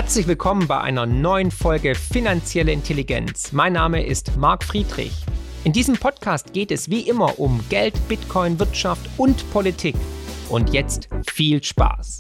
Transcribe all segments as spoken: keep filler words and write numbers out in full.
Herzlich willkommen bei einer neuen Folge Finanzielle Intelligenz. Mein Name ist Marc Friedrich. In diesem Podcast geht es wie immer um Geld, Bitcoin, Wirtschaft und Politik. Und jetzt viel Spaß!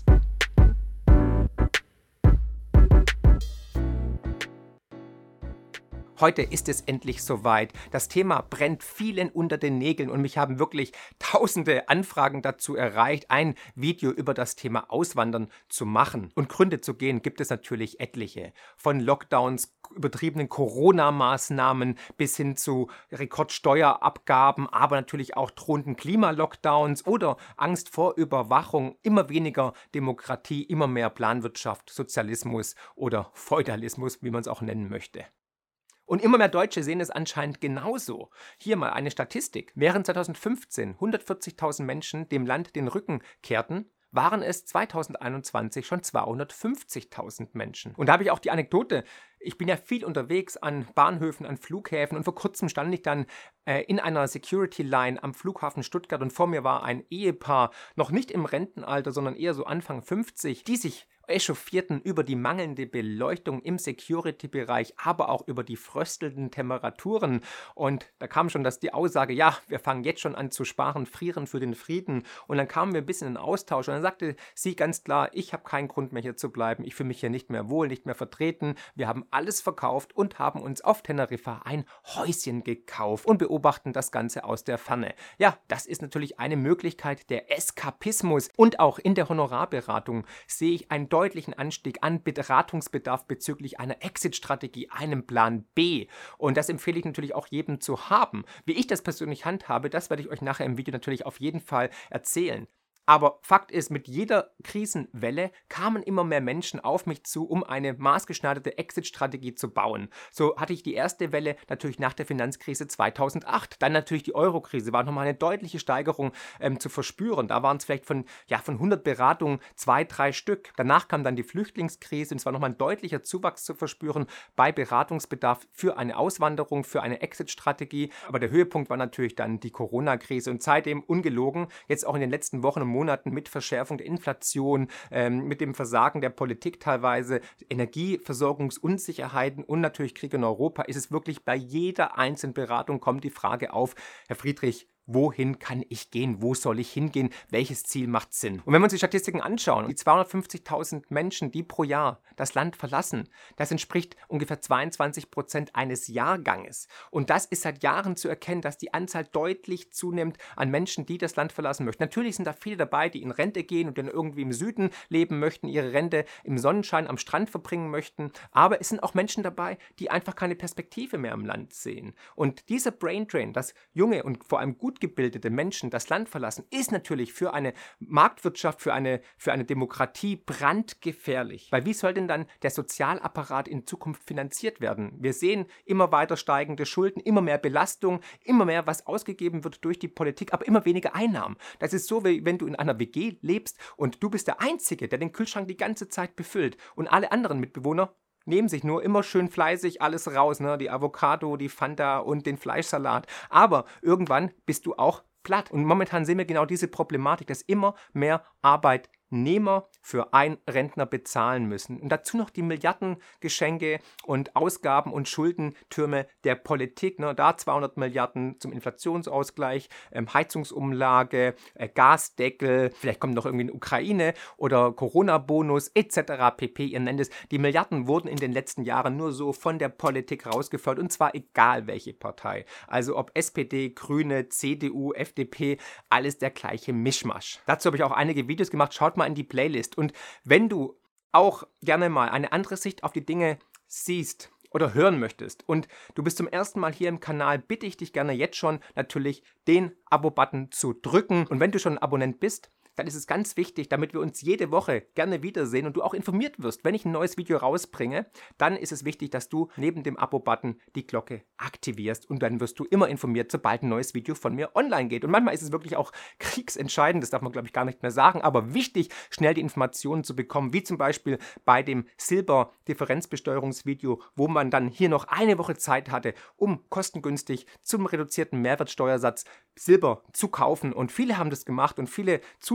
Heute ist es endlich soweit. Das Thema brennt vielen unter den Nägeln und mich haben wirklich tausende Anfragen dazu erreicht, ein Video über das Thema Auswandern zu machen. Und Gründe zu gehen gibt es natürlich etliche. Von Lockdowns, übertriebenen Corona-Maßnahmen bis hin zu Rekordsteuerabgaben, aber natürlich auch drohenden Klimalockdowns oder Angst vor Überwachung, immer weniger Demokratie, immer mehr Planwirtschaft, Sozialismus oder Feudalismus, wie man es auch nennen möchte. Und immer mehr Deutsche sehen es anscheinend genauso. Hier mal eine Statistik. Während zweitausendfünfzehn hundertvierzigtausend Menschen dem Land den Rücken kehrten, waren es zweitausendeinundzwanzig schon zweihundertfünfzigtausend Menschen. Und da habe ich auch die Anekdote, ich bin ja viel unterwegs an Bahnhöfen, an Flughäfen und vor kurzem stand ich dann äh, in einer Security-Line am Flughafen Stuttgart und vor mir war ein Ehepaar, noch nicht im Rentenalter, sondern eher so Anfang fünfzig, die sich echauffierten über die mangelnde Beleuchtung im Security-Bereich, aber auch über die fröstelnden Temperaturen. Und da kam schon das, die Aussage, ja, wir fangen jetzt schon an zu sparen, frieren für den Frieden. Und dann kamen wir ein bisschen in Austausch und dann sagte sie ganz klar, ich habe keinen Grund mehr hier zu bleiben, ich fühle mich hier nicht mehr wohl, nicht mehr vertreten. Wir haben alles verkauft und haben uns auf Teneriffa ein Häuschen gekauft und beobachten das Ganze aus der Ferne. Ja, das ist natürlich eine Möglichkeit der Eskapismus. Und auch in der Honorarberatung sehe ich ein deutlichen Anstieg an Beratungsbedarf bezüglich einer Exit-Strategie, einem Plan B. Und das empfehle ich natürlich auch jedem zu haben. Wie ich das persönlich handhabe, das werde ich euch nachher im Video natürlich auf jeden Fall erzählen. Aber Fakt ist, mit jeder Krisenwelle kamen immer mehr Menschen auf mich zu, um eine maßgeschneiderte Exit-Strategie zu bauen. So hatte ich die erste Welle natürlich nach der Finanzkrise zweitausendacht. Dann natürlich die Euro-Krise, war nochmal eine deutliche Steigerung ähm, zu verspüren. Da waren es vielleicht von, ja, von hundert Beratungen zwei, drei Stück. Danach kam dann die Flüchtlingskrise und es war nochmal ein deutlicher Zuwachs zu verspüren bei Beratungsbedarf für eine Auswanderung, für eine Exit-Strategie. Aber der Höhepunkt war natürlich dann die Corona-Krise und seitdem ungelogen, jetzt auch in den letzten Wochen und Monaten mit Verschärfung der Inflation, ähm, mit dem Versagen der Politik teilweise, Energieversorgungsunsicherheiten und natürlich Krieg in Europa, ist es wirklich bei jeder einzelnen Beratung kommt die Frage auf, Herr Friedrich, wohin kann ich gehen? Wo soll ich hingehen? Welches Ziel macht Sinn? Und wenn wir uns die Statistiken anschauen, die zweihundertfünfzigtausend Menschen, die pro Jahr das Land verlassen, das entspricht ungefähr zweiundzwanzig Prozent eines Jahrganges. Und das ist seit Jahren zu erkennen, dass die Anzahl deutlich zunimmt an Menschen, die das Land verlassen möchten. Natürlich sind da viele dabei, die in Rente gehen und dann irgendwie im Süden leben möchten, ihre Rente im Sonnenschein am Strand verbringen möchten. Aber es sind auch Menschen dabei, die einfach keine Perspektive mehr im Land sehen. Und dieser Braindrain, dass junge und vor allem gut gebildete Menschen das Land verlassen, ist natürlich für eine Marktwirtschaft, für eine, für eine Demokratie brandgefährlich. Weil wie soll denn dann der Sozialapparat in Zukunft finanziert werden? Wir sehen immer weiter steigende Schulden, immer mehr Belastung, immer mehr, was ausgegeben wird durch die Politik, aber immer weniger Einnahmen. Das ist so, wie wenn du in einer W G lebst und du bist der Einzige, der den Kühlschrank die ganze Zeit befüllt und alle anderen Mitbewohner nehmen sich nur immer schön fleißig alles raus, ne? Die Avocado, die Fanta und den Fleischsalat. Aber irgendwann bist du auch platt. Und momentan sehen wir genau diese Problematik, dass immer mehr Arbeitnehmer für einen Rentner bezahlen müssen. Und dazu noch die Milliardengeschenke und Ausgaben und Schuldentürme der Politik. Ne? Da zweihundert Milliarden zum Inflationsausgleich, ähm, Heizungsumlage, äh, Gasdeckel, vielleicht kommt noch irgendwie eine Ukraine oder Corona-Bonus et cetera pp. Ihr nennt es. Die Milliarden wurden in den letzten Jahren nur so von der Politik rausgefördert und zwar egal welche Partei. Also ob S P D, Grüne, C D U, F D P, alles der gleiche Mischmasch. Dazu habe ich auch einige Videos gemacht. Schaut mal in die Playlist. Und wenn du auch gerne mal eine andere Sicht auf die Dinge siehst oder hören möchtest und du bist zum ersten Mal hier im Kanal, bitte ich dich gerne jetzt schon natürlich den Abo-Button zu drücken. Und wenn du schon ein Abonnent bist, dann ist es ganz wichtig, damit wir uns jede Woche gerne wiedersehen und du auch informiert wirst. Wenn ich ein neues Video rausbringe, dann ist es wichtig, dass du neben dem Abo-Button die Glocke aktivierst und dann wirst du immer informiert, sobald ein neues Video von mir online geht. Und manchmal ist es wirklich auch kriegsentscheidend, das darf man glaube ich gar nicht mehr sagen, aber wichtig, schnell die Informationen zu bekommen, wie zum Beispiel bei dem Silber-Differenzbesteuerungsvideo, wo man dann hier noch eine Woche Zeit hatte, um kostengünstig zum reduzierten Mehrwertsteuersatz Silber zu kaufen. Und viele haben das gemacht und viele Zuschauer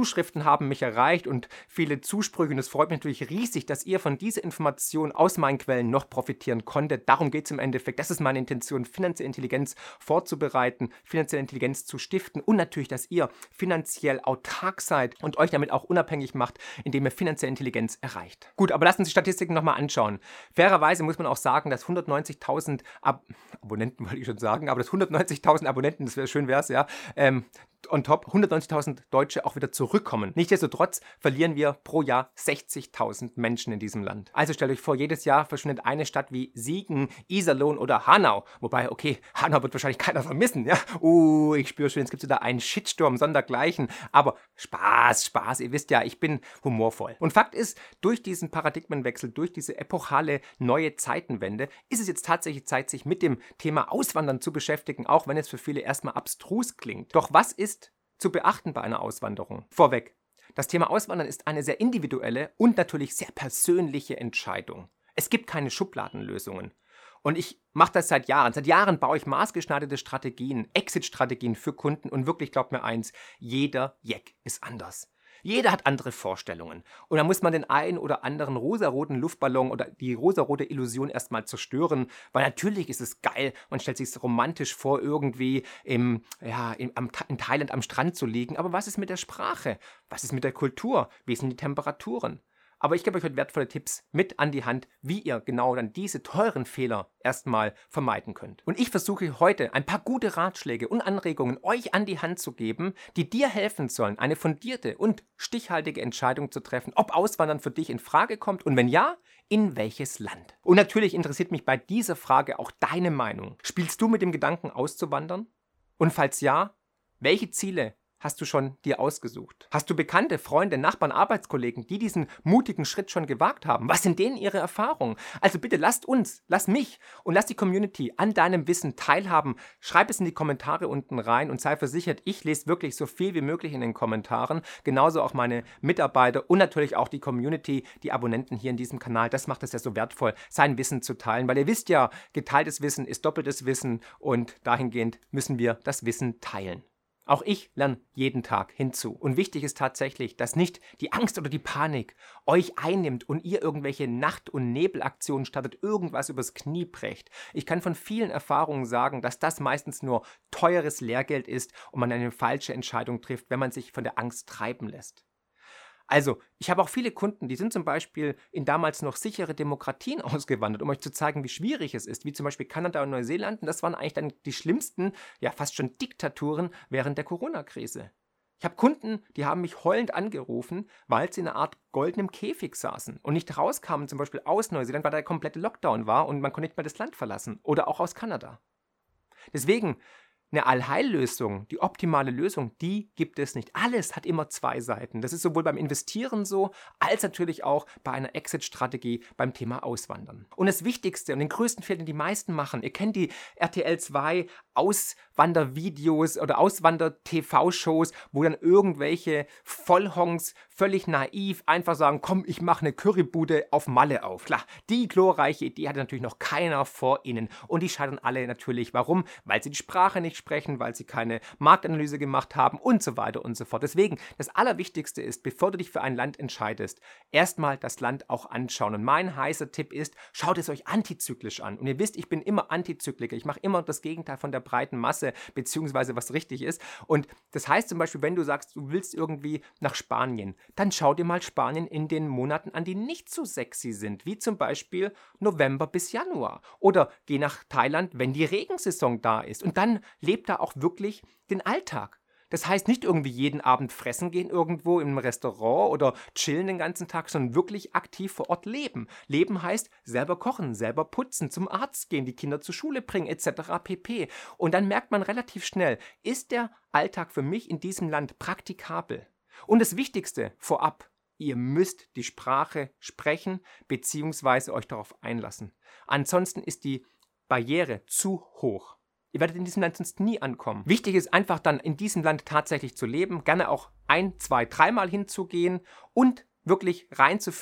Zuschriften haben mich erreicht und viele Zusprüche und es freut mich natürlich riesig, dass ihr von dieser Information aus meinen Quellen noch profitieren konntet. Darum geht es im Endeffekt. Das ist meine Intention, finanzielle Intelligenz vorzubereiten, finanzielle Intelligenz zu stiften und natürlich, dass ihr finanziell autark seid und euch damit auch unabhängig macht, indem ihr finanzielle Intelligenz erreicht. Gut, aber lasst uns die Statistiken nochmal anschauen. Fairerweise muss man auch sagen, dass hundertneunzigtausend Ab Abonnenten, wollte ich schon sagen, aber das hundertneunzigtausend Abonnenten, das wäre schön wär's, ja, ähm, on top hundertneunzigtausend Deutsche auch wieder zurückkommen. Nichtsdestotrotz verlieren wir pro Jahr sechzigtausend Menschen in diesem Land. Also stellt euch vor, jedes Jahr verschwindet eine Stadt wie Siegen, Iserlohn oder Hanau. Wobei, okay, Hanau wird wahrscheinlich keiner vermissen, ja. Uh, ich spüre schon, jetzt gibt es wieder einen Shitstorm, sondergleichen. Aber Spaß, Spaß, ihr wisst ja, ich bin humorvoll. Und Fakt ist, durch diesen Paradigmenwechsel, durch diese epochale neue Zeitenwende, ist es jetzt tatsächlich Zeit, sich mit dem Thema Auswandern zu beschäftigen, auch wenn es für viele erstmal abstrus klingt. Doch was ist zu beachten bei einer Auswanderung? Vorweg, das Thema Auswandern ist eine sehr individuelle und natürlich sehr persönliche Entscheidung. Es gibt keine Schubladenlösungen. Und ich mache das seit Jahren. Seit Jahren baue ich maßgeschneiderte Strategien, Exit-Strategien für Kunden und wirklich, glaubt mir eins, jeder Jack ist anders. Jeder hat andere Vorstellungen. Und da muss man den einen oder anderen rosaroten Luftballon oder die rosarote Illusion erstmal zerstören, weil natürlich ist es geil, man stellt sich romantisch vor, irgendwie im, ja, im, am, in Thailand am Strand zu liegen. Aber was ist mit der Sprache? Was ist mit der Kultur? Wie sind die Temperaturen? Aber ich gebe euch heute wertvolle Tipps mit an die Hand, wie ihr genau dann diese teuren Fehler erstmal vermeiden könnt. Und ich versuche heute ein paar gute Ratschläge und Anregungen euch an die Hand zu geben, die dir helfen sollen, eine fundierte und stichhaltige Entscheidung zu treffen, ob Auswandern für dich in Frage kommt und wenn ja, in welches Land. Und natürlich interessiert mich bei dieser Frage auch deine Meinung. Spielst du mit dem Gedanken auszuwandern? Und falls ja, welche Ziele hast du schon dir ausgesucht? Hast du Bekannte, Freunde, Nachbarn, Arbeitskollegen, die diesen mutigen Schritt schon gewagt haben? Was sind denen ihre Erfahrungen? Also bitte lasst uns, lass mich und lass die Community an deinem Wissen teilhaben. Schreib es in die Kommentare unten rein und sei versichert, ich lese wirklich so viel wie möglich in den Kommentaren. Genauso auch meine Mitarbeiter und natürlich auch die Community, die Abonnenten hier in diesem Kanal. Das macht es ja so wertvoll, sein Wissen zu teilen, weil ihr wisst ja, geteiltes Wissen ist doppeltes Wissen und dahingehend müssen wir das Wissen teilen. Auch ich lerne jeden Tag hinzu. Und wichtig ist tatsächlich, dass nicht die Angst oder die Panik euch einnimmt und ihr irgendwelche Nacht- und Nebelaktionen startet, irgendwas übers Knie brecht. Ich kann von vielen Erfahrungen sagen, dass das meistens nur teures Lehrgeld ist und man eine falsche Entscheidung trifft, wenn man sich von der Angst treiben lässt. Also, ich habe auch viele Kunden, die sind zum Beispiel in damals noch sichere Demokratien ausgewandert, um euch zu zeigen, wie schwierig es ist, wie zum Beispiel Kanada und Neuseeland. Und das waren eigentlich dann die schlimmsten, ja fast schon Diktaturen während der Corona-Krise. Ich habe Kunden, die haben mich heulend angerufen, weil sie in einer Art goldenem Käfig saßen und nicht rauskamen, zum Beispiel aus Neuseeland, weil da der komplette Lockdown war und man konnte nicht mehr das Land verlassen. Oder auch aus Kanada. Deswegen, eine Allheillösung, die optimale Lösung, die gibt es nicht. Alles hat immer zwei Seiten. Das ist sowohl beim Investieren so, als natürlich auch bei einer Exit-Strategie beim Thema Auswandern. Und das Wichtigste und den größten Fehler, den die meisten machen, ihr kennt die R T L zwei Auswandervideos oder Auswander-T V-Shows, wo dann irgendwelche Vollhongs völlig naiv einfach sagen, komm, ich mache eine Currybude auf Malle auf. Klar, die glorreiche Idee hatte natürlich noch keiner vor ihnen. Und die scheitern alle natürlich. Warum? Weil sie die Sprache nicht sprechen, weil sie keine Marktanalyse gemacht haben und so weiter und so fort. Deswegen, das Allerwichtigste ist, bevor du dich für ein Land entscheidest, erstmal das Land auch anschauen. Und mein heißer Tipp ist, schaut es euch antizyklisch an. Und ihr wisst, ich bin immer Antizykliker. Ich mache immer das Gegenteil von der breiten Masse, beziehungsweise was richtig ist. Und das heißt zum Beispiel, wenn du sagst, du willst irgendwie nach Spanien, dann schau dir mal Spanien in den Monaten an, die nicht so sexy sind, wie zum Beispiel November bis Januar. Oder geh nach Thailand, wenn die Regensaison da ist. Und dann lebt da auch wirklich den Alltag. Das heißt nicht irgendwie jeden Abend fressen gehen irgendwo im Restaurant oder chillen den ganzen Tag, sondern wirklich aktiv vor Ort leben. Leben heißt selber kochen, selber putzen, zum Arzt gehen, die Kinder zur Schule bringen et cetera pp. Und dann merkt man relativ schnell, ist der Alltag für mich in diesem Land praktikabel? Und das Wichtigste vorab, ihr müsst die Sprache sprechen bzw. euch darauf einlassen. Ansonsten ist die Barriere zu hoch. Ihr werdet in diesem Land sonst nie ankommen. Wichtig ist einfach dann in diesem Land tatsächlich zu leben, gerne auch ein, zwei, dreimal hinzugehen und wirklich reinzufühlen,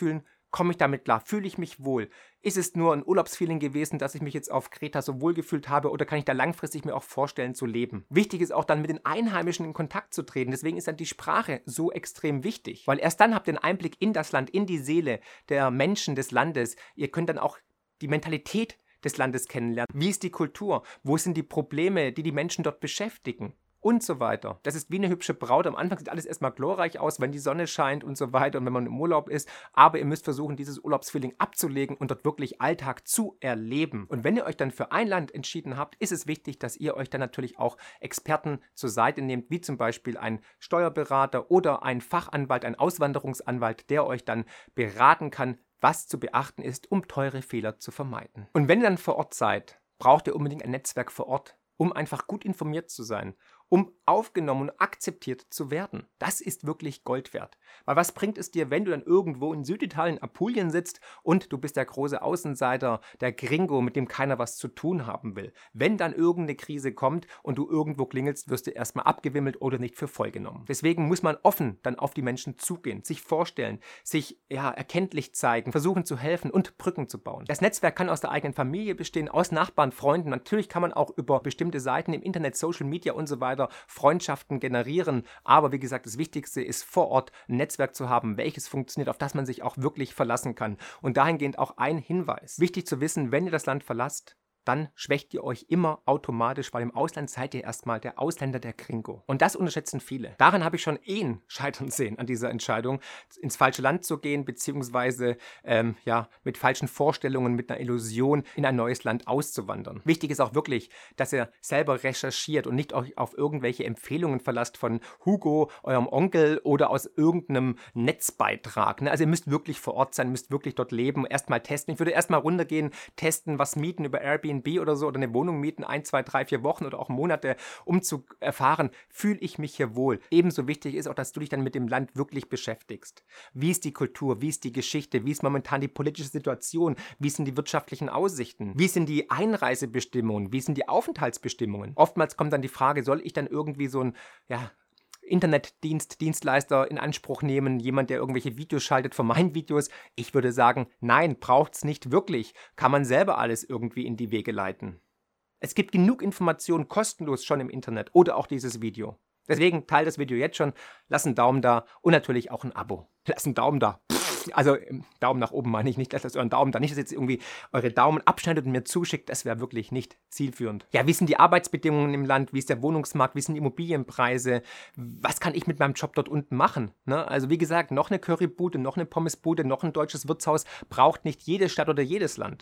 Komme ich damit klar? Fühle ich mich wohl? Ist es nur ein Urlaubsfeeling gewesen, dass ich mich jetzt auf Kreta so wohl gefühlt habe oder kann ich da langfristig mir auch vorstellen zu leben? Wichtig ist auch dann mit den Einheimischen in Kontakt zu treten. Deswegen ist dann die Sprache so extrem wichtig, weil erst dann habt ihr einen Einblick in das Land, in die Seele der Menschen des Landes. Ihr könnt dann auch die Mentalität des Landes kennenlernen. Wie ist die Kultur? Wo sind die Probleme, die die Menschen dort beschäftigen? Und so weiter. Das ist wie eine hübsche Braut. Am Anfang sieht alles erstmal glorreich aus, wenn die Sonne scheint und so weiter und wenn man im Urlaub ist. Aber ihr müsst versuchen, dieses Urlaubsfeeling abzulegen und dort wirklich Alltag zu erleben. Und wenn ihr euch dann für ein Land entschieden habt, ist es wichtig, dass ihr euch dann natürlich auch Experten zur Seite nehmt, wie zum Beispiel ein Steuerberater oder ein Fachanwalt, ein Auswanderungsanwalt, der euch dann beraten kann, was zu beachten ist, um teure Fehler zu vermeiden. Und wenn ihr dann vor Ort seid, braucht ihr unbedingt ein Netzwerk vor Ort, um einfach gut informiert zu sein, um aufgenommen und akzeptiert zu werden. Das ist wirklich Gold wert. Weil was bringt es dir, wenn du dann irgendwo in Süditalien, Apulien sitzt und du bist der große Außenseiter, der Gringo, mit dem keiner was zu tun haben will? Wenn dann irgendeine Krise kommt und du irgendwo klingelst, wirst du erstmal abgewimmelt oder nicht für voll genommen. Deswegen muss man offen dann auf die Menschen zugehen, sich vorstellen, sich ja erkenntlich zeigen, versuchen zu helfen und Brücken zu bauen. Das Netzwerk kann aus der eigenen Familie bestehen, aus Nachbarn, Freunden. Natürlich kann man auch über bestimmte Seiten im Internet, Social Media und so weiter Freundschaften generieren. Aber wie gesagt, das Wichtigste ist vor Ort ein Netzwerk zu haben, welches funktioniert, auf das man sich auch wirklich verlassen kann. Und dahingehend auch ein Hinweis. Wichtig zu wissen, wenn ihr das Land verlasst, dann schwächt ihr euch immer automatisch, weil im Ausland seid ihr erstmal der Ausländer, der Gringo. Und das unterschätzen viele. Daran habe ich schon Ehen scheitern sehen, an dieser Entscheidung, ins falsche Land zu gehen, beziehungsweise ähm, ja, mit falschen Vorstellungen, mit einer Illusion in ein neues Land auszuwandern. Wichtig ist auch wirklich, dass ihr selber recherchiert und nicht euch auf irgendwelche Empfehlungen verlasst von Hugo, eurem Onkel oder aus irgendeinem Netzbeitrag. Ne? Also ihr müsst wirklich vor Ort sein, müsst wirklich dort leben, erstmal testen. Ich würde erstmal runtergehen, testen, was mieten über Airbnb oder so oder eine Wohnung mieten, ein, zwei, drei, vier Wochen oder auch Monate, um zu erfahren, fühle ich mich hier wohl. Ebenso wichtig ist auch, dass du dich dann mit dem Land wirklich beschäftigst. Wie ist die Kultur, wie ist die Geschichte, wie ist momentan die politische Situation, wie sind die wirtschaftlichen Aussichten, wie sind die Einreisebestimmungen, wie sind die Aufenthaltsbestimmungen. Oftmals kommt dann die Frage, soll ich dann irgendwie so ein, ja, Internetdienst, Dienstleister in Anspruch nehmen, jemand, der irgendwelche Videos schaltet von meinen Videos. Ich würde sagen, nein, braucht es nicht wirklich. Kann man selber alles irgendwie in die Wege leiten. Es gibt genug Informationen kostenlos schon im Internet oder auch dieses Video. Deswegen teilt das Video jetzt schon, lasst einen Daumen da und natürlich auch ein Abo. Lasst einen Daumen da. Also Daumen nach oben meine ich nicht, lasst euren Daumen da. Nicht, dass ihr jetzt irgendwie eure Daumen abschneidet und mir zuschickt, das wäre wirklich nicht zielführend. Ja, wie sind die Arbeitsbedingungen im Land, wie ist der Wohnungsmarkt, wie sind die Immobilienpreise, was kann ich mit meinem Job dort unten machen? Ne? Also wie gesagt, noch eine Currybude, noch eine Pommesbude, noch ein deutsches Wirtshaus braucht nicht jede Stadt oder jedes Land.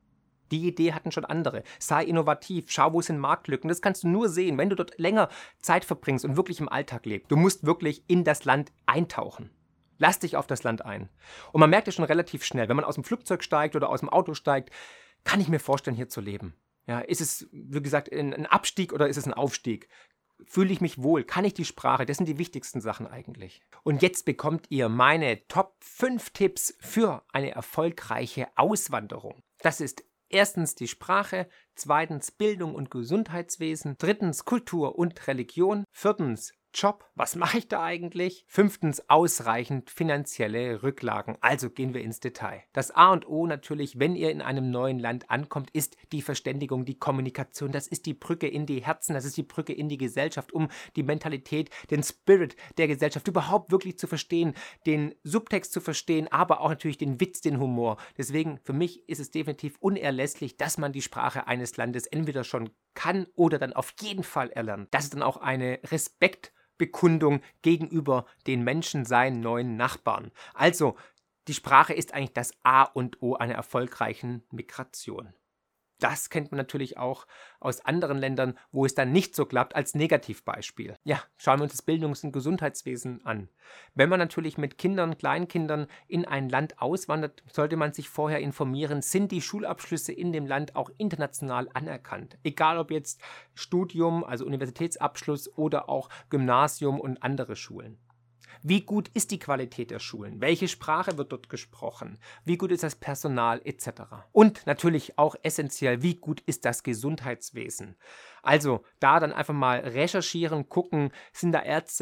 Die Idee hatten schon andere. Sei innovativ, schau, wo sind Marktlücken. Das kannst du nur sehen, wenn du dort länger Zeit verbringst und wirklich im Alltag lebst. Du musst wirklich in das Land eintauchen. Lass dich auf das Land ein. Und man merkt ja schon relativ schnell, wenn man aus dem Flugzeug steigt oder aus dem Auto steigt, kann ich mir vorstellen, hier zu leben. Ja, ist es, wie gesagt, ein Abstieg oder ist es ein Aufstieg? Fühle ich mich wohl? Kann ich die Sprache? Das sind die wichtigsten Sachen eigentlich. Und jetzt bekommt ihr meine Top fünf Tipps für eine erfolgreiche Auswanderung. Das ist erstens die Sprache, zweitens Bildung und Gesundheitswesen, drittens Kultur und Religion, viertens Job, was mache ich da eigentlich? Fünftens ausreichend finanzielle Rücklagen. Also gehen wir ins Detail. Das A und O natürlich, wenn ihr in einem neuen Land ankommt, ist die Verständigung, die Kommunikation. Das ist die Brücke in die Herzen, das ist die Brücke in die Gesellschaft, um die Mentalität, den Spirit der Gesellschaft überhaupt wirklich zu verstehen, den Subtext zu verstehen, aber auch natürlich den Witz, den Humor. Deswegen, für mich ist es definitiv unerlässlich, dass man die Sprache eines Landes entweder schon kann oder dann auf jeden Fall erlernt. Das ist dann auch eine Respekt Bekundung gegenüber den Menschen, seinen neuen Nachbarn. Also, die Sprache ist eigentlich das A und O einer erfolgreichen Migration. Das kennt man natürlich auch aus anderen Ländern, wo es dann nicht so klappt, als Negativbeispiel. Ja, schauen wir uns das Bildungs- und Gesundheitswesen an. Wenn man natürlich mit Kindern, Kleinkindern in ein Land auswandert, sollte man sich vorher informieren, sind die Schulabschlüsse in dem Land auch international anerkannt. Egal ob jetzt Studium, also Universitätsabschluss oder auch Gymnasium und andere Schulen. Wie gut ist die Qualität der Schulen? Welche Sprache wird dort gesprochen? Wie gut ist das Personal et cetera? Und natürlich auch essentiell, wie gut ist das Gesundheitswesen? Also da dann einfach mal recherchieren, gucken, sind da Ärzte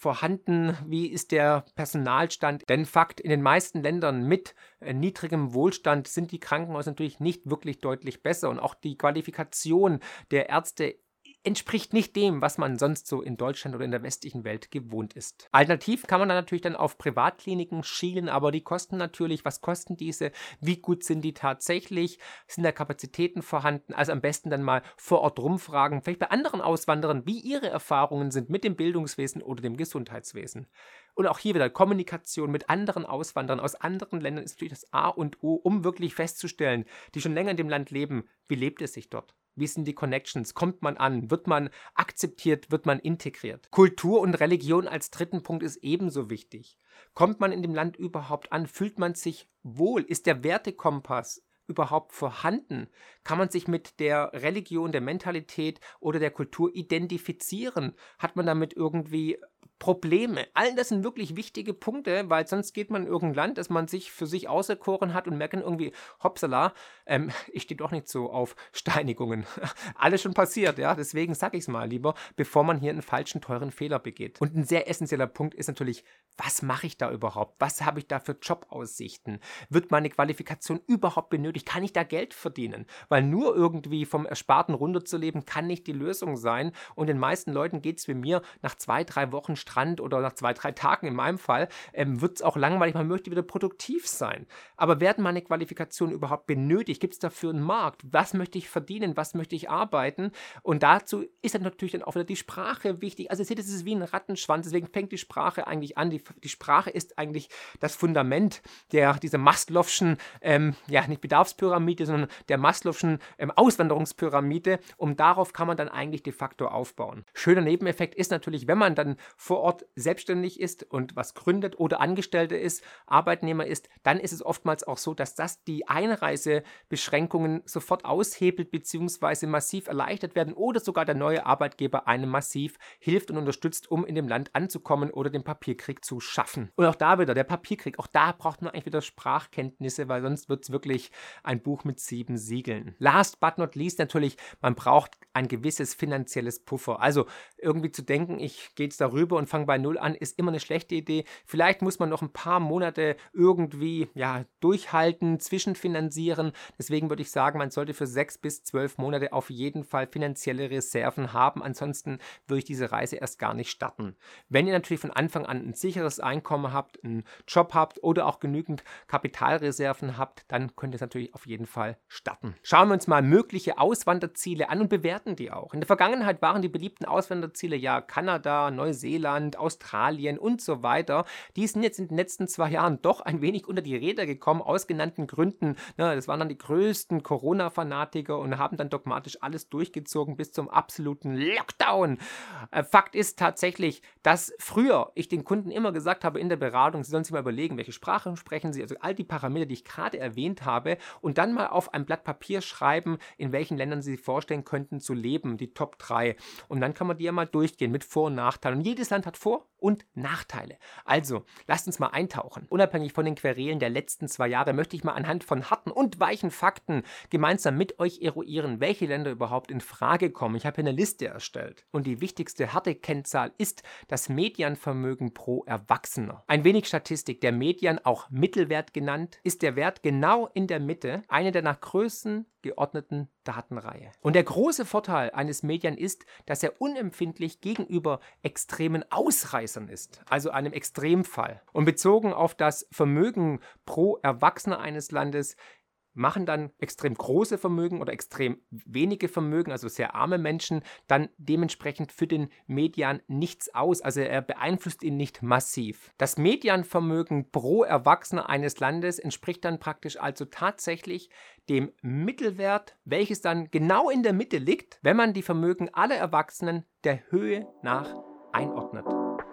vorhanden? Wie ist der Personalstand? Denn Fakt, in den meisten Ländern mit äh, niedrigem Wohlstand sind die Krankenhäuser natürlich nicht wirklich deutlich besser. Und auch die Qualifikation der Ärzte entspricht nicht dem, was man sonst so in Deutschland oder in der westlichen Welt gewohnt ist. Alternativ kann man dann natürlich dann auf Privatkliniken schielen, aber die kosten natürlich, was kosten diese, wie gut sind die tatsächlich, sind da Kapazitäten vorhanden, also am besten dann mal vor Ort rumfragen, vielleicht bei anderen Auswanderern, wie ihre Erfahrungen sind mit dem Bildungswesen oder dem Gesundheitswesen. Und auch hier wieder Kommunikation mit anderen Auswanderern aus anderen Ländern ist natürlich das A und O, um wirklich festzustellen, die schon länger in dem Land leben, wie lebt es sich dort? Wie sind die Connections? Kommt man an? Wird man akzeptiert? Wird man integriert? Kultur und Religion als dritten Punkt ist ebenso wichtig. Kommt man in dem Land überhaupt an? Fühlt man sich wohl? Ist der Wertekompass überhaupt vorhanden? Kann man sich mit der Religion, der Mentalität oder der Kultur identifizieren? Hat man damit irgendwie Probleme? All das sind wirklich wichtige Punkte, weil sonst geht man in irgendein Land, das man sich für sich auserkoren hat und merkt irgendwie, hoppsala, ähm, ich stehe doch nicht so auf Steinigungen. Alles schon passiert, ja, deswegen sage ich es mal lieber, bevor man hier einen falschen, teuren Fehler begeht. Und ein sehr essentieller Punkt ist natürlich, was mache ich da überhaupt? Was habe ich da für Jobaussichten? Wird meine Qualifikation überhaupt benötigt? Kann ich da Geld verdienen? Weil nur irgendwie vom Ersparten runterzuleben, kann nicht die Lösung sein. Und den meisten Leuten geht es wie mir nach zwei, drei Wochen Strand oder nach zwei, drei Tagen in meinem Fall, ähm, wird es auch langweilig, man möchte wieder produktiv sein. Aber werden meine Qualifikationen überhaupt benötigt? Gibt es dafür einen Markt? Was möchte ich verdienen? Was möchte ich arbeiten? Und dazu ist dann natürlich dann auch wieder die Sprache wichtig. Also ihr seht, es ist wie ein Rattenschwanz, deswegen fängt die Sprache eigentlich an. Die, die Sprache ist eigentlich das Fundament der, dieser Maslow'schen, ähm, ja nicht Bedarfspyramide, sondern der Maslow'schen ähm, Auswanderungspyramide. Und darauf kann man dann eigentlich de facto aufbauen. Schöner Nebeneffekt ist natürlich, wenn man dann vor Ort selbstständig ist und was gründet oder Angestellter ist, Arbeitnehmer ist, dann ist es oftmals auch so, dass das die Einreisebeschränkungen sofort aushebelt bzw. massiv erleichtert werden oder sogar der neue Arbeitgeber einem massiv hilft und unterstützt, um in dem Land anzukommen oder den Papierkrieg zu schaffen. Und auch da wieder, der Papierkrieg, auch da braucht man eigentlich wieder Sprachkenntnisse, weil sonst wird es wirklich ein Buch mit sieben Siegeln. Last but not least natürlich, man braucht ein gewisses finanzielles Puffer. Also irgendwie zu denken, ich gehe jetzt darüber und fange bei Null an, ist immer eine schlechte Idee. Vielleicht muss man noch ein paar Monate irgendwie ja, durchhalten, zwischenfinanzieren. Deswegen würde ich sagen, man sollte für sechs bis zwölf Monate auf jeden Fall finanzielle Reserven haben. Ansonsten würde ich diese Reise erst gar nicht starten. Wenn ihr natürlich von Anfang an ein sicheres Einkommen habt, einen Job habt oder auch genügend Kapitalreserven habt, dann könnt ihr es natürlich auf jeden Fall starten. Schauen wir uns mal mögliche Auswanderziele an und bewerten die auch. In der Vergangenheit waren die beliebten Auswanderziele ja Kanada, Neuseeland, Australien und so weiter. Die sind jetzt in den letzten zwei Jahren doch ein wenig unter die Räder gekommen, aus genannten Gründen. Na, das waren dann die größten Corona-Fanatiker und haben dann dogmatisch alles durchgezogen bis zum absoluten Lockdown. Äh, Fakt ist tatsächlich, dass früher ich den Kunden immer gesagt habe in der Beratung, sie sollen sich mal überlegen, welche Sprache sprechen sie, also all die Parameter, die ich gerade erwähnt habe, und dann mal auf ein Blatt Papier schreiben, in welchen Ländern sie sich vorstellen könnten zu leben, die Top drei. Und dann kann man die ja mal durchgehen mit Vor- und Nachteilen. Und jedes Land hat Vor- und Nachteile. Also, lasst uns mal eintauchen. Unabhängig von den Querelen der letzten zwei Jahre möchte ich mal anhand von harten und weichen Fakten gemeinsam mit euch eruieren, welche Länder überhaupt in Frage kommen. Ich habe hier eine Liste erstellt. Und die wichtigste harte Kennzahl ist das Medianvermögen pro Erwachsener. Ein wenig Statistik. Der Median, auch Mittelwert genannt, ist der Wert genau in der Mitte, eine der nach Größen geordneten Datenreihe. Und der große Vorteil eines Median ist, dass er unempfindlich gegenüber extremen Ausreißern ist, also einem Extremfall. Und bezogen auf das Vermögen pro Erwachsener eines Landes machen dann extrem große Vermögen oder extrem wenige Vermögen, also sehr arme Menschen, dann dementsprechend für den Median nichts aus. Also er beeinflusst ihn nicht massiv. Das Medianvermögen pro Erwachsener eines Landes entspricht dann praktisch also tatsächlich dem Mittelwert, welches dann genau in der Mitte liegt, wenn man die Vermögen aller Erwachsenen der Höhe nach einordnet.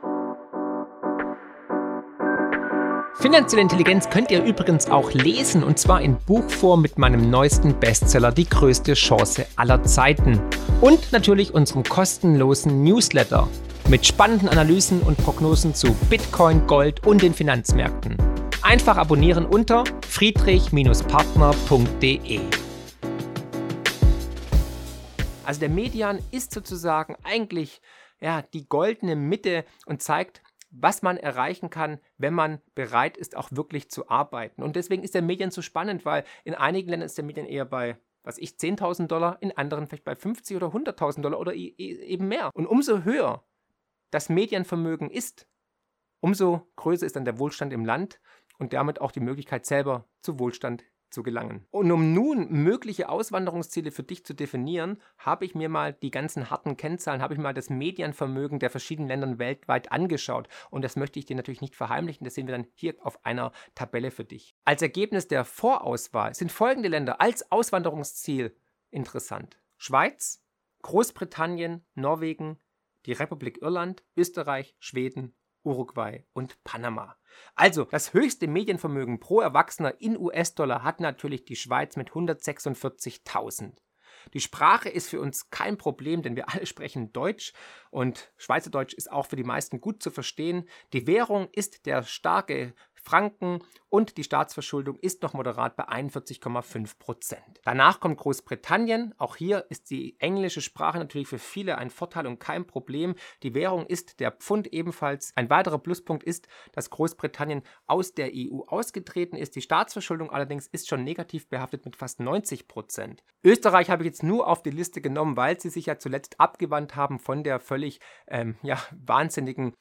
Finanzielle Intelligenz könnt ihr übrigens auch lesen, und zwar in Buchform mit meinem neuesten Bestseller Die größte Chance aller Zeiten. Und natürlich unserem kostenlosen Newsletter mit spannenden Analysen und Prognosen zu Bitcoin, Gold und den Finanzmärkten. Einfach abonnieren unter friedrich Partner punkt de. Also der Median ist sozusagen eigentlich ja, die goldene Mitte und zeigt, was man erreichen kann, wenn man bereit ist, auch wirklich zu arbeiten. Und deswegen ist der Median so spannend, weil in einigen Ländern ist der Median eher bei, was ich, zehntausend Dollar, in anderen vielleicht bei fünfzig oder hunderttausend Dollar oder e eben mehr. Und umso höher das Medianvermögen ist, umso größer ist dann der Wohlstand im Land und damit auch die Möglichkeit, selber zu Wohlstand zu gelangen. Und um nun mögliche Auswanderungsziele für dich zu definieren, habe ich mir mal die ganzen harten Kennzahlen, habe ich mal das Medianvermögen der verschiedenen Länder weltweit angeschaut. Und das möchte ich dir natürlich nicht verheimlichen, das sehen wir dann hier auf einer Tabelle für dich. Als Ergebnis der Vorauswahl sind folgende Länder als Auswanderungsziel interessant: Schweiz, Großbritannien, Norwegen, die Republik Irland, Österreich, Schweden, Uruguay und Panama. Also, das höchste Medienvermögen pro Erwachsener in U S-Dollar hat natürlich die Schweiz mit hundertsechsundvierzigtausend. Die Sprache ist für uns kein Problem, denn wir alle sprechen Deutsch und Schweizerdeutsch ist auch für die meisten gut zu verstehen. Die Währung ist der starke Franken und die Staatsverschuldung ist noch moderat bei einundvierzig Komma fünf Prozent. Danach kommt Großbritannien. Auch hier ist die englische Sprache natürlich für viele ein Vorteil und kein Problem. Die Währung ist der Pfund ebenfalls. Ein weiterer Pluspunkt ist, dass Großbritannien aus der E U ausgetreten ist. Die Staatsverschuldung allerdings ist schon negativ behaftet mit fast neunzig Prozent. Österreich habe ich jetzt nur auf die Liste genommen, weil sie sich ja zuletzt abgewandt haben von der völlig ähm, ja, wahnsinnigen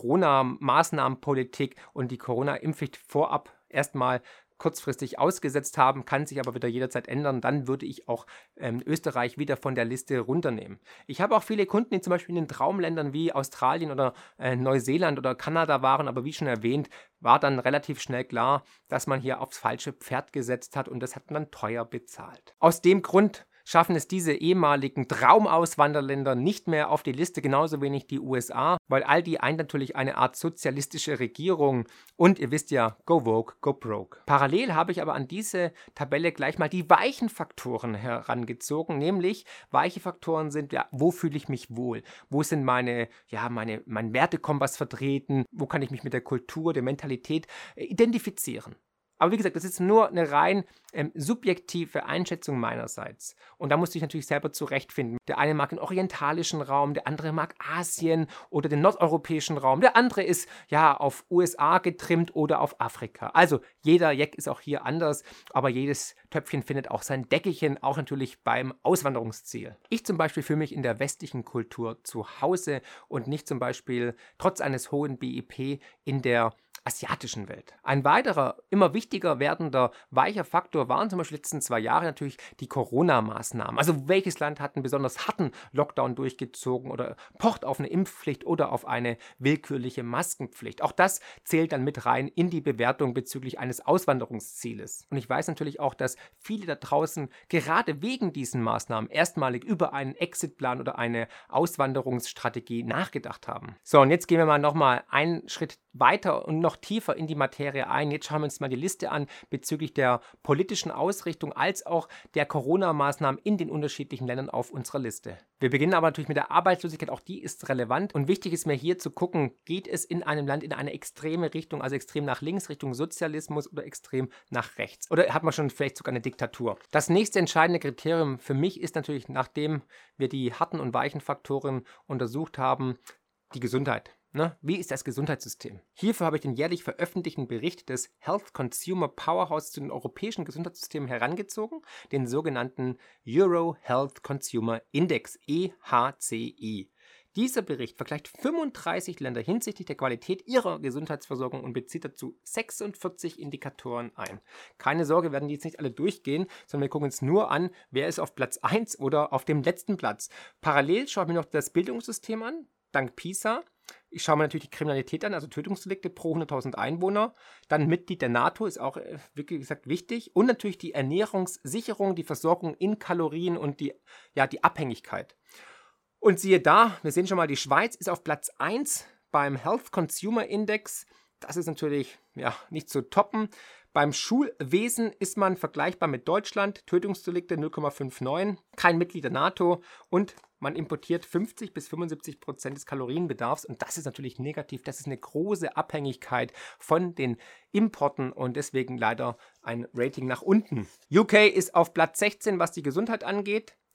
Corona-Maßnahmenpolitik und die Corona-Impfpflicht vorab erstmal kurzfristig ausgesetzt haben, kann sich aber wieder jederzeit ändern. Dann würde ich auch ähm, Österreich wieder von der Liste runternehmen. Ich habe auch viele Kunden, die zum Beispiel in den Traumländern wie Australien oder äh, Neuseeland oder Kanada waren, aber wie schon erwähnt, war dann relativ schnell klar, dass man hier aufs falsche Pferd gesetzt hat und das hat man dann teuer bezahlt. Aus dem Grund schaffen es diese ehemaligen Traumauswanderländer nicht mehr auf die Liste, genauso wenig die U S A, weil all die eint natürlich eine Art sozialistische Regierung und ihr wisst ja, go woke, go broke. Parallel habe ich aber an diese Tabelle gleich mal die weichen Faktoren herangezogen, nämlich weiche Faktoren sind, ja, wo fühle ich mich wohl? Wo sind meine, ja, meine, mein Wertekompass vertreten? Wo kann ich mich mit der Kultur, der Mentalität äh, identifizieren? Aber wie gesagt, das ist nur eine rein ähm, subjektive Einschätzung meinerseits. Und da musste ich natürlich selber zurechtfinden. Der eine mag den orientalischen Raum, der andere mag Asien oder den nordeuropäischen Raum. Der andere ist ja auf U S A getrimmt oder auf Afrika. Also jeder Jack ist auch hier anders, aber jedes Töpfchen findet auch sein Deckelchen, auch natürlich beim Auswanderungsziel. Ich zum Beispiel fühle mich in der westlichen Kultur zu Hause und nicht zum Beispiel trotz eines hohen B I P in der asiatischen Welt. Ein weiterer, immer wichtiger werdender weicher Faktor waren zum Beispiel die letzten zwei Jahre natürlich die Corona-Maßnahmen. Also welches Land hat einen besonders harten Lockdown durchgezogen oder pocht auf eine Impfpflicht oder auf eine willkürliche Maskenpflicht. Auch das zählt dann mit rein in die Bewertung bezüglich eines Auswanderungszieles. Und ich weiß natürlich auch, dass viele da draußen gerade wegen diesen Maßnahmen erstmalig über einen Exitplan oder eine Auswanderungsstrategie nachgedacht haben. So, und jetzt gehen wir mal nochmal einen Schritt weiter und noch tiefer in die Materie ein. Jetzt schauen wir uns mal die Liste an bezüglich der politischen Ausrichtung als auch der Corona-Maßnahmen in den unterschiedlichen Ländern auf unserer Liste. Wir beginnen aber natürlich mit der Arbeitslosigkeit, auch die ist relevant und wichtig ist mir hier zu gucken, geht es in einem Land in eine extreme Richtung, also extrem nach links, Richtung Sozialismus oder extrem nach rechts oder hat man schon vielleicht sogar eine Diktatur. Das nächste entscheidende Kriterium für mich ist natürlich, nachdem wir die harten und weichen Faktoren untersucht haben, die Gesundheit. Ne? Wie ist das Gesundheitssystem? Hierfür habe ich den jährlich veröffentlichten Bericht des Health Consumer Powerhouse zu den europäischen Gesundheitssystemen herangezogen, den sogenannten Euro Health Consumer Index, E H C I. Dieser Bericht vergleicht fünfunddreißig Länder hinsichtlich der Qualität ihrer Gesundheitsversorgung und bezieht dazu sechsundvierzig Indikatoren ein. Keine Sorge, werden die jetzt nicht alle durchgehen, sondern wir gucken uns nur an, wer ist auf Platz eins oder auf dem letzten Platz. Parallel schaue ich mir noch das Bildungssystem an, dank PISA. Ich schaue mir natürlich die Kriminalität an, also Tötungsdelikte pro hunderttausend Einwohner. Dann Mitglied der NATO ist auch, wie gesagt, wichtig. Und natürlich die Ernährungssicherung, die Versorgung in Kalorien und die, ja, die Abhängigkeit. Und siehe da, wir sehen schon mal, die Schweiz ist auf Platz eins beim Health Consumer Index. Das ist natürlich ja, nicht zu toppen. Beim Schulwesen ist man vergleichbar mit Deutschland, Tötungsdelikte null Komma neunundfünfzig, kein Mitglied der NATO und man importiert fünfzig bis fünfundsiebzig Prozent des Kalorienbedarfs und das ist natürlich negativ. Das ist eine große Abhängigkeit von den Importen und deswegen leider ein Rating nach unten. U K ist auf Platz sechzehn, was die Gesundheit angeht.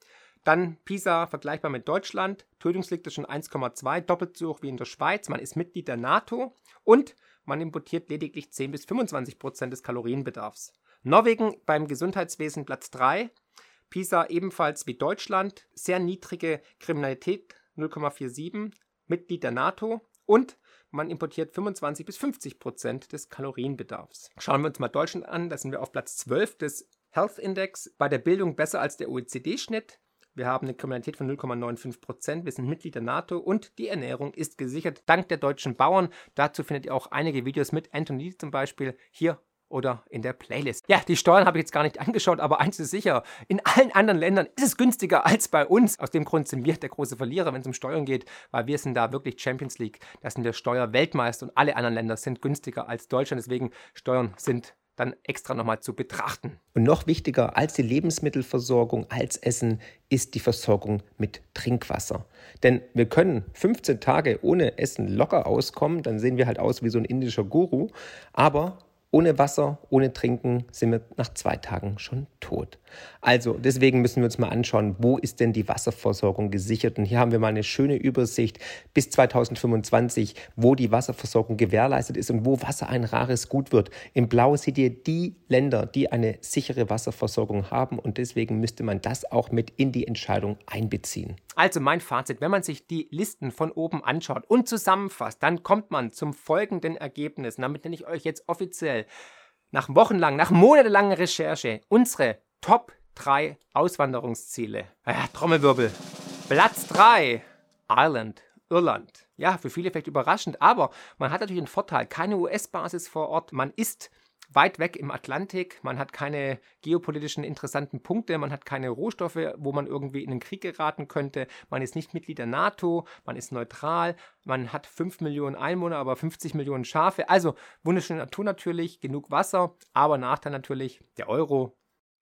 Dann PISA vergleichbar mit Deutschland, Tötungsdichte schon eins Komma zwei, doppelt so hoch wie in der Schweiz, man ist Mitglied der NATO und man importiert lediglich zehn bis fünfundzwanzig Prozent des Kalorienbedarfs. Norwegen beim Gesundheitswesen Platz drei, PISA ebenfalls wie Deutschland, sehr niedrige Kriminalität null Komma siebenundvierzig, Mitglied der NATO und man importiert fünfundzwanzig bis fünfzig Prozent des Kalorienbedarfs. Schauen wir uns mal Deutschland an, da sind wir auf Platz zwölf des Health Index, bei der Bildung besser als der O E C D-Schnitt. Wir haben eine Kriminalität von null Komma fünfundneunzig Prozent, wir sind Mitglied der NATO und die Ernährung ist gesichert dank der deutschen Bauern. Dazu findet ihr auch einige Videos mit Anthony zum Beispiel hier oder in der Playlist. Ja, die Steuern habe ich jetzt gar nicht angeschaut, aber eins ist sicher, in allen anderen Ländern ist es günstiger als bei uns. Aus dem Grund sind wir der große Verlierer, wenn es um Steuern geht, weil wir sind da wirklich Champions League. Da sind wir Steuerweltmeister und alle anderen Länder sind günstiger als Deutschland. Deswegen Steuern sind dann extra nochmal zu betrachten. Und noch wichtiger als die Lebensmittelversorgung, als Essen, ist die Versorgung mit Trinkwasser. Denn wir können fünfzehn Tage ohne Essen locker auskommen, dann sehen wir halt aus wie so ein indischer Guru, aber ohne Wasser, ohne Trinken sind wir nach zwei Tagen schon tot. Also deswegen müssen wir uns mal anschauen, wo ist denn die Wasserversorgung gesichert? Und hier haben wir mal eine schöne Übersicht bis zweitausendfünfundzwanzig, wo die Wasserversorgung gewährleistet ist und wo Wasser ein rares Gut wird. In Blau seht ihr die Länder, die eine sichere Wasserversorgung haben und deswegen müsste man das auch mit in die Entscheidung einbeziehen. Also mein Fazit, wenn man sich die Listen von oben anschaut und zusammenfasst, dann kommt man zum folgenden Ergebnis. Und damit nenne ich euch jetzt offiziell nach wochenlang, nach monatelanger Recherche unsere Top drei Auswanderungsziele. Ja, Trommelwirbel. Platz drei, Ireland, Irland. Ja, für viele vielleicht überraschend, aber man hat natürlich einen Vorteil. Keine U S-Basis vor Ort, man ist weit weg im Atlantik, man hat keine geopolitischen interessanten Punkte, man hat keine Rohstoffe, wo man irgendwie in den Krieg geraten könnte, man ist nicht Mitglied der NATO, man ist neutral, man hat fünf Millionen Einwohner, aber fünfzig Millionen Schafe, also wunderschöne Natur natürlich, genug Wasser, aber Nachteil natürlich der Euro,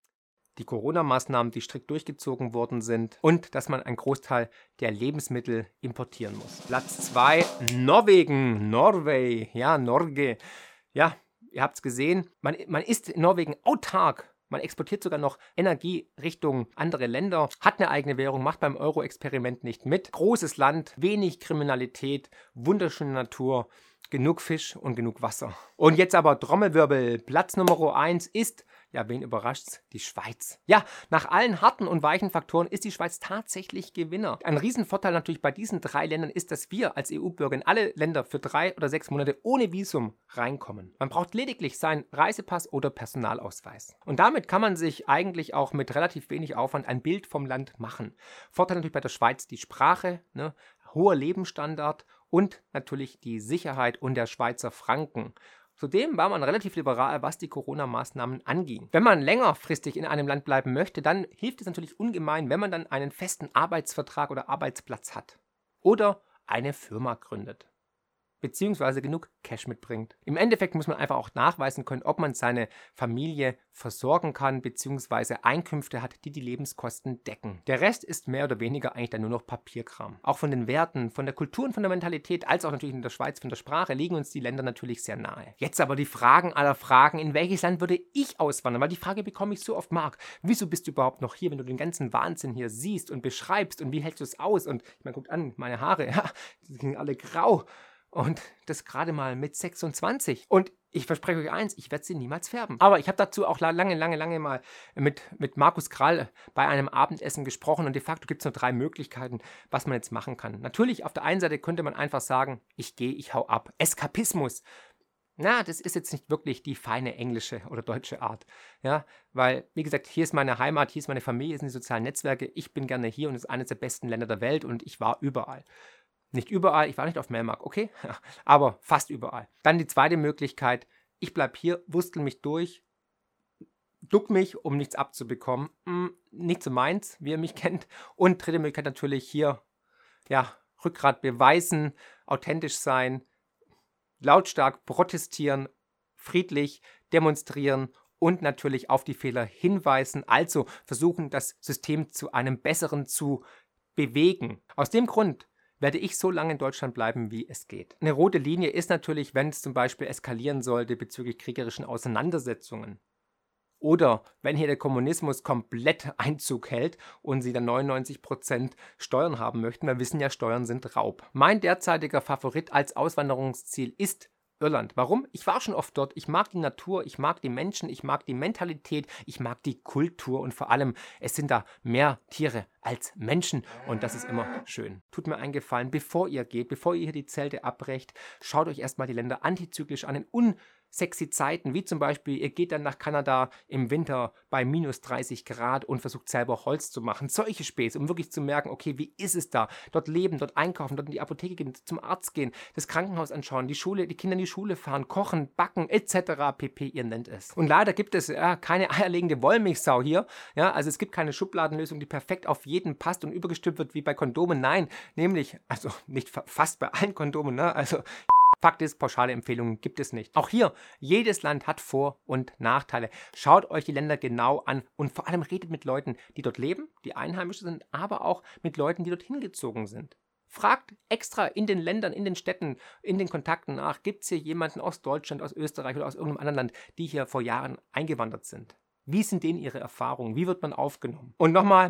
die Corona-Maßnahmen, die strikt durchgezogen worden sind und dass man einen Großteil der Lebensmittel importieren muss. Platz zwei, Norwegen, Norway, ja, Norge, ja, ihr habt es gesehen, man, man ist in Norwegen autark. Man exportiert sogar noch Energie Richtung andere Länder, hat eine eigene Währung, macht beim Euro-Experiment nicht mit. Großes Land, wenig Kriminalität, wunderschöne Natur, genug Fisch und genug Wasser. Und jetzt aber Trommelwirbel. Platz Nummer eins ist, ja, wen überrascht's? Die Schweiz. Ja, nach allen harten und weichen Faktoren ist die Schweiz tatsächlich Gewinner. Ein Riesenvorteil natürlich bei diesen drei Ländern ist, dass wir als E U-Bürger in alle Länder für drei oder sechs Monate ohne Visum reinkommen. Man braucht lediglich seinen Reisepass oder Personalausweis. Und damit kann man sich eigentlich auch mit relativ wenig Aufwand ein Bild vom Land machen. Vorteil natürlich bei der Schweiz die Sprache, ne, hoher Lebensstandard und natürlich die Sicherheit und der Schweizer Franken. Zudem war man relativ liberal, was die Corona-Maßnahmen anging. Wenn man längerfristig in einem Land bleiben möchte, dann hilft es natürlich ungemein, wenn man dann einen festen Arbeitsvertrag oder Arbeitsplatz hat. Oder eine Firma gründet. Beziehungsweise genug Cash mitbringt. Im Endeffekt muss man einfach auch nachweisen können, ob man seine Familie versorgen kann, beziehungsweise Einkünfte hat, die die Lebenskosten decken. Der Rest ist mehr oder weniger eigentlich dann nur noch Papierkram. Auch von den Werten, von der Kultur und von der Mentalität, als auch natürlich in der Schweiz von der Sprache, liegen uns die Länder natürlich sehr nahe. Jetzt aber die Fragen aller Fragen, in welches Land würde ich auswandern? Weil die Frage bekomme ich so oft, Marc, wieso bist du überhaupt noch hier, wenn du den ganzen Wahnsinn hier siehst und beschreibst und wie hältst du es aus? Und ich meine, guckt an, meine Haare, ja, die sind alle grau. Und das gerade mal mit sechsundzwanzig. Und ich verspreche euch eins, ich werde sie niemals färben. Aber ich habe dazu auch lange, lange, lange mal mit, mit Markus Krall bei einem Abendessen gesprochen. Und de facto gibt es nur drei Möglichkeiten, was man jetzt machen kann. Natürlich, auf der einen Seite könnte man einfach sagen, ich gehe, ich hau ab. Eskapismus. Na, das ist jetzt nicht wirklich die feine englische oder deutsche Art. Ja, weil, wie gesagt, hier ist meine Heimat, hier ist meine Familie, hier sind die sozialen Netzwerke. Ich bin gerne hier und es ist eines der besten Länder der Welt und ich war überall. Nicht überall, ich war nicht auf Melmark, okay, aber fast überall. Dann die zweite Möglichkeit, ich bleibe hier, wustel mich durch, duck mich, um nichts abzubekommen. Hm, nicht so meins, wie ihr mich kennt. Und dritte Möglichkeit natürlich hier, ja, Rückgrat beweisen, authentisch sein, lautstark protestieren, friedlich demonstrieren und natürlich auf die Fehler hinweisen, also versuchen, das System zu einem besseren zu bewegen. Aus dem Grund werde ich so lange in Deutschland bleiben, wie es geht. Eine rote Linie ist natürlich, wenn es zum Beispiel eskalieren sollte bezüglich kriegerischen Auseinandersetzungen Oder wenn hier der Kommunismus komplett Einzug hält und sie dann neunundneunzig Prozent Steuern haben möchten. Wir wissen ja, Steuern sind Raub. Mein derzeitiger Favorit als Auswanderungsziel ist Irland. Warum? Ich war schon oft dort. Ich mag die Natur, ich mag die Menschen, ich mag die Mentalität, ich mag die Kultur und vor allem, es sind da mehr Tiere als Menschen und das ist immer schön. Tut mir einen Gefallen, bevor ihr geht, bevor ihr hier die Zelte abbrecht, schaut euch erstmal die Länder antizyklisch an, in unsexy Zeiten, wie zum Beispiel, ihr geht dann nach Kanada im Winter bei minus dreißig Grad und versucht selber Holz zu machen. Solche Späße, um wirklich zu merken, okay, wie ist es da? Dort leben, dort einkaufen, dort in die Apotheke gehen, zum Arzt gehen, das Krankenhaus anschauen, die Schule, die Kinder in die Schule fahren, kochen, backen, et cetera pp. Ihr nennt es. Und leider gibt es ja keine eierlegende Wollmilchsau hier. Ja, also es gibt keine Schubladenlösung, die perfekt auf jeden passt und übergestülpt wird wie bei Kondomen. Nein, nämlich, also nicht fast bei allen Kondomen, ne? Also Fakt ist, pauschale Empfehlungen gibt es nicht. Auch hier, jedes Land hat Vor- und Nachteile. Schaut euch die Länder genau an und vor allem redet mit Leuten, die dort leben, die Einheimische sind, aber auch mit Leuten, die dort hingezogen sind. Fragt extra in den Ländern, in den Städten, in den Kontakten nach, gibt es hier jemanden aus Deutschland, aus Österreich oder aus irgendeinem anderen Land, die hier vor Jahren eingewandert sind? Wie sind denen ihre Erfahrungen? Wie wird man aufgenommen? Und nochmal,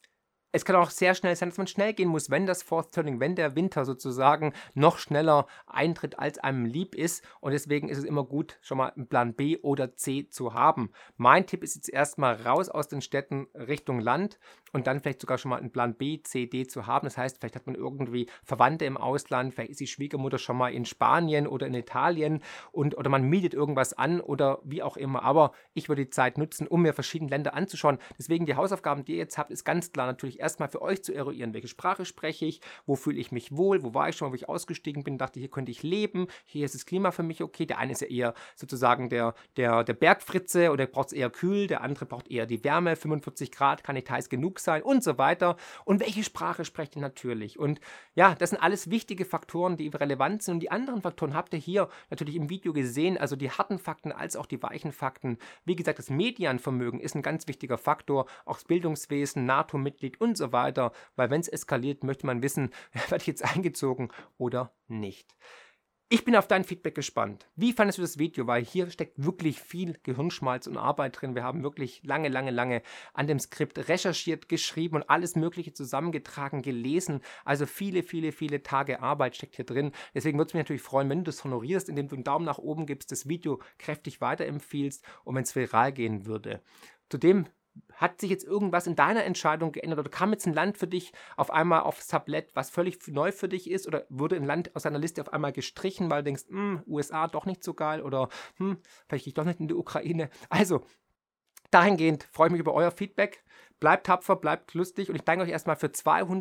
es kann auch sehr schnell sein, dass man schnell gehen muss, wenn das Fourth Turning, wenn der Winter sozusagen noch schneller eintritt, als einem lieb ist. Und deswegen ist es immer gut, schon mal einen Plan B oder C zu haben. Mein Tipp ist jetzt erstmal raus aus den Städten Richtung Land und dann vielleicht sogar schon mal einen Plan B, C, D zu haben. Das heißt, vielleicht hat man irgendwie Verwandte im Ausland, vielleicht ist die Schwiegermutter schon mal in Spanien oder in Italien und, oder man mietet irgendwas an oder wie auch immer. Aber ich würde die Zeit nutzen, um mir verschiedene Länder anzuschauen. Deswegen die Hausaufgaben, die ihr jetzt habt, ist ganz klar natürlich erstmal für euch zu eruieren, welche Sprache spreche ich, wo fühle ich mich wohl, wo war ich schon mal, wo ich ausgestiegen bin, dachte, hier könnte ich leben, hier ist das Klima für mich okay. Der eine ist ja eher sozusagen der, der, der Bergfritze oder braucht es eher kühl, der andere braucht eher die Wärme, fünfundvierzig Grad kann nicht heiß genug sein und so weiter. Und welche Sprache sprecht ihr natürlich? Und ja, das sind alles wichtige Faktoren, die relevant sind und die anderen Faktoren habt ihr hier natürlich im Video gesehen, also die harten Fakten als auch die weichen Fakten. Wie gesagt, das Medienvermögen ist ein ganz wichtiger Faktor, auch das Bildungswesen, NATO-Mitglied und so weiter, weil wenn es eskaliert, möchte man wissen, werde ich jetzt eingezogen oder nicht. Ich bin auf dein Feedback gespannt. Wie fandest du das Video? Weil hier steckt wirklich viel Gehirnschmalz und Arbeit drin. Wir haben wirklich lange, lange, lange an dem Skript recherchiert, geschrieben und alles Mögliche zusammengetragen, gelesen. Also viele, viele, viele Tage Arbeit steckt hier drin. Deswegen würde es mich natürlich freuen, wenn du das honorierst, indem du einen Daumen nach oben gibst, das Video kräftig weiterempfiehlst und wenn es viral gehen würde. Zudem hat sich jetzt irgendwas in deiner Entscheidung geändert oder kam jetzt ein Land für dich auf einmal aufs Tablett, was völlig neu für dich ist oder wurde ein Land aus deiner Liste auf einmal gestrichen, weil du denkst, U S A doch nicht so geil oder hm, vielleicht gehe ich doch nicht in die Ukraine. Also, dahingehend freue ich mich über euer Feedback. Bleibt tapfer, bleibt lustig und ich danke euch erstmal für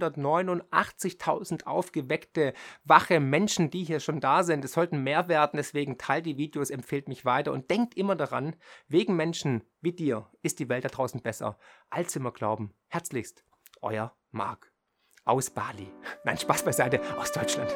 zweihundertneunundachtzigtausend aufgeweckte, wache Menschen, die hier schon da sind. Es sollten mehr werden, deswegen teilt die Videos, empfehlt mich weiter und denkt immer daran, wegen Menschen wie dir ist die Welt da draußen besser, als immer glauben. Herzlichst, euer Marc. Aus Bali. Nein, Spaß beiseite, aus Deutschland.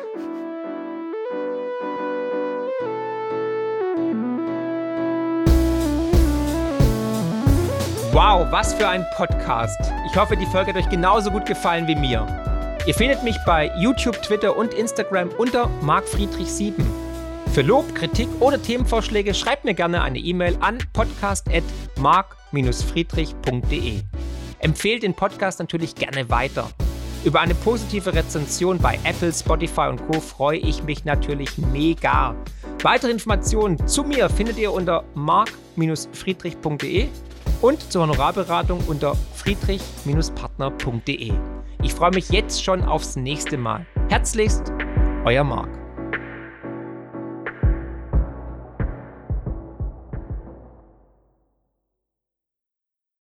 Wow, was für ein Podcast. Ich hoffe, die Folge hat euch genauso gut gefallen wie mir. Ihr findet mich bei YouTube, Twitter und Instagram unter Marc Friedrich sieben. Für Lob, Kritik oder Themenvorschläge schreibt mir gerne eine E-Mail an podcast at marc friedrich punkt de. Empfehlt den Podcast natürlich gerne weiter. Über eine positive Rezension bei Apple, Spotify und Co. freue ich mich natürlich mega. Weitere Informationen zu mir findet ihr unter marc friedrich punkt de und zur Honorarberatung unter friedrich Partner punkt de. Ich freue mich jetzt schon aufs nächste Mal. Herzlichst, euer Marc.